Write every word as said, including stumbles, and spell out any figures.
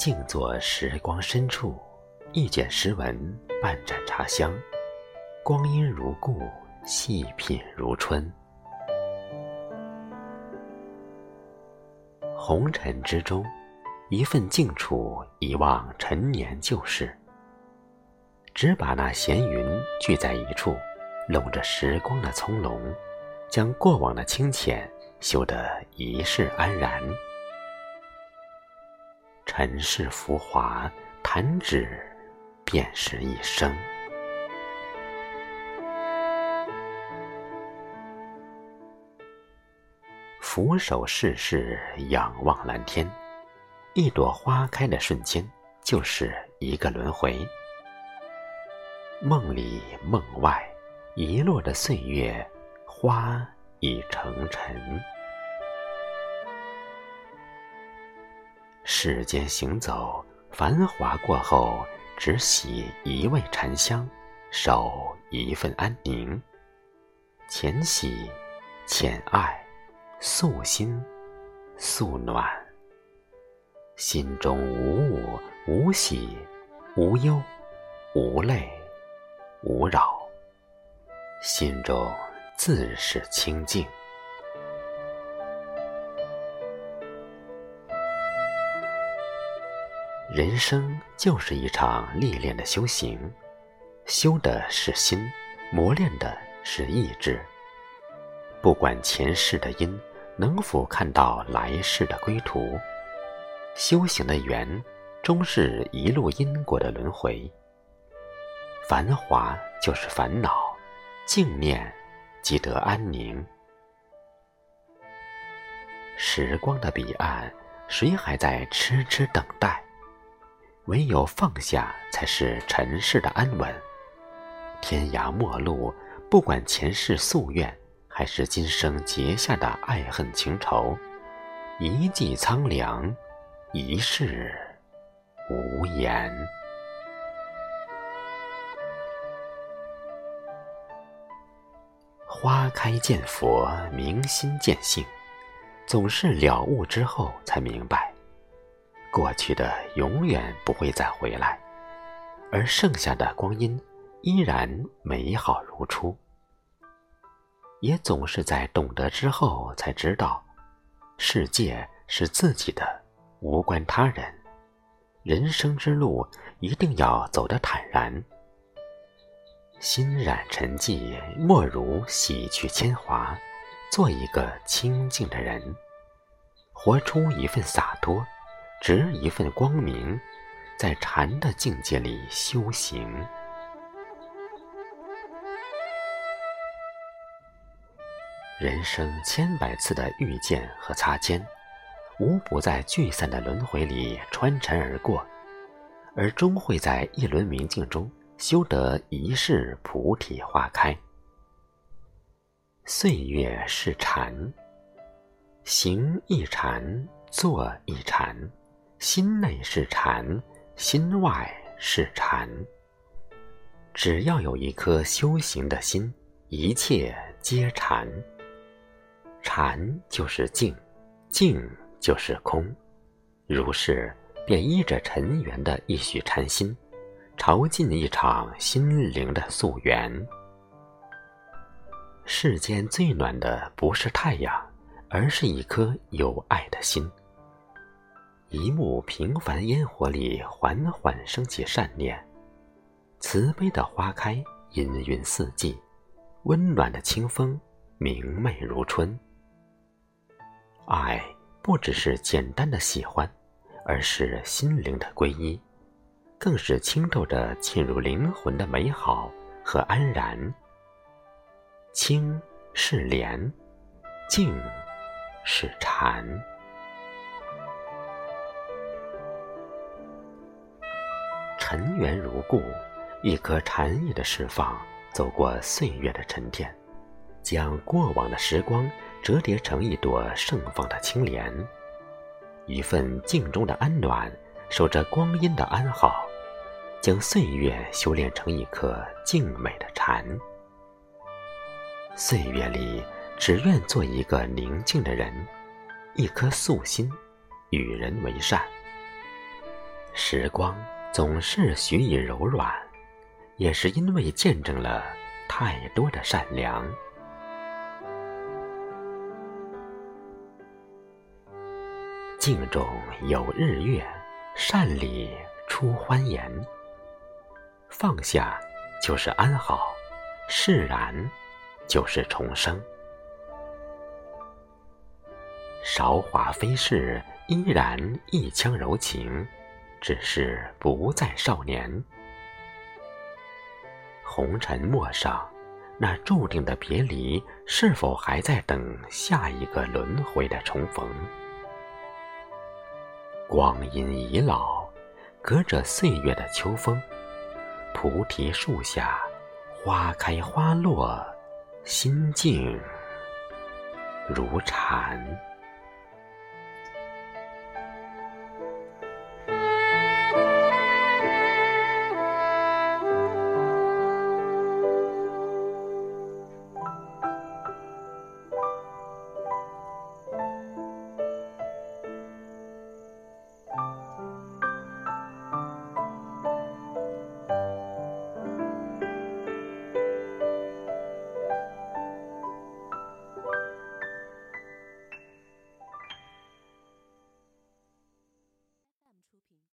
静坐时光深处，一卷诗文，半盏茶香，光阴如故，细品如春。红尘之中，一份静处，遗忘陈年旧事，只把那闲云聚在一处，笼着时光的葱茏，将过往的清浅修得一世安然。尘世浮华，弹指便是一生。俯首视世，仰望蓝天，一朵花开的瞬间，就是一个轮回。梦里梦外，遗落的岁月，花已成尘。世间行走，繁华过后，只喜一味禅香，守一份安宁。浅喜，浅爱，素心，素暖。心中无我，无喜，无忧，无泪，无扰，心中自是清净。人生就是一场历练的修行，修的是心，磨练的是意志。不管前世的因能否看到来世的归途，修行的缘终是一路因果的轮回。繁华就是烦恼，静念即得安宁。时光的彼岸，谁还在痴痴等待？唯有放下，才是尘世的安稳。天涯陌路，不管前世夙愿，还是今生结下的爱恨情仇，一季苍凉，一世无言。花开见佛，明心见性，总是了悟之后才明白，过去的永远不会再回来，而剩下的光阴依然美好如初。也总是在懂得之后才知道，世界是自己的，无关他人。人生之路一定要走得坦然。心染沉寂，莫如洗去铅华，做一个清净的人，活出一份洒脱，执一份光明，在禅的境界里修行。人生千百次的遇见和擦肩，无不在聚散的轮回里穿尘而过，而终会在一轮明镜中修得一世菩提花开。岁月是禅，行一禅，坐一禅，心内是禅，心外是禅。只要有一颗修行的心，一切皆禅。禅就是静，静就是空。如是便依着尘缘的一许禅心，潮进一场心灵的溯源。世间最暖的不是太阳，而是一颗有爱的心。一幕平凡烟火里缓缓升起善念，慈悲的花开氤氲四季，温暖的清风明媚如春。爱不只是简单的喜欢，而是心灵的皈依，更是清透着沁入灵魂的美好和安然。清是莲，静是禅。尘缘如故，一颗禅意的释放，走过岁月的沉淀，将过往的时光折叠成一朵盛放的青莲，一份静中的安暖，守着光阴的安好，将岁月修炼成一颗静美的禅。岁月里，只愿做一个宁静的人，一颗素心，与人为善。 时光总是许以柔软，也是因为见证了太多的善良。镜中有日月，善里出欢颜。放下就是安好，释然就是重生。韶华飞逝，依然一腔柔情，只是不再少年。红尘陌上，那注定的别离，是否还在等下一个轮回的重逢？光阴已老，隔着岁月的秋风，菩提树下，花开花落，心静如禅。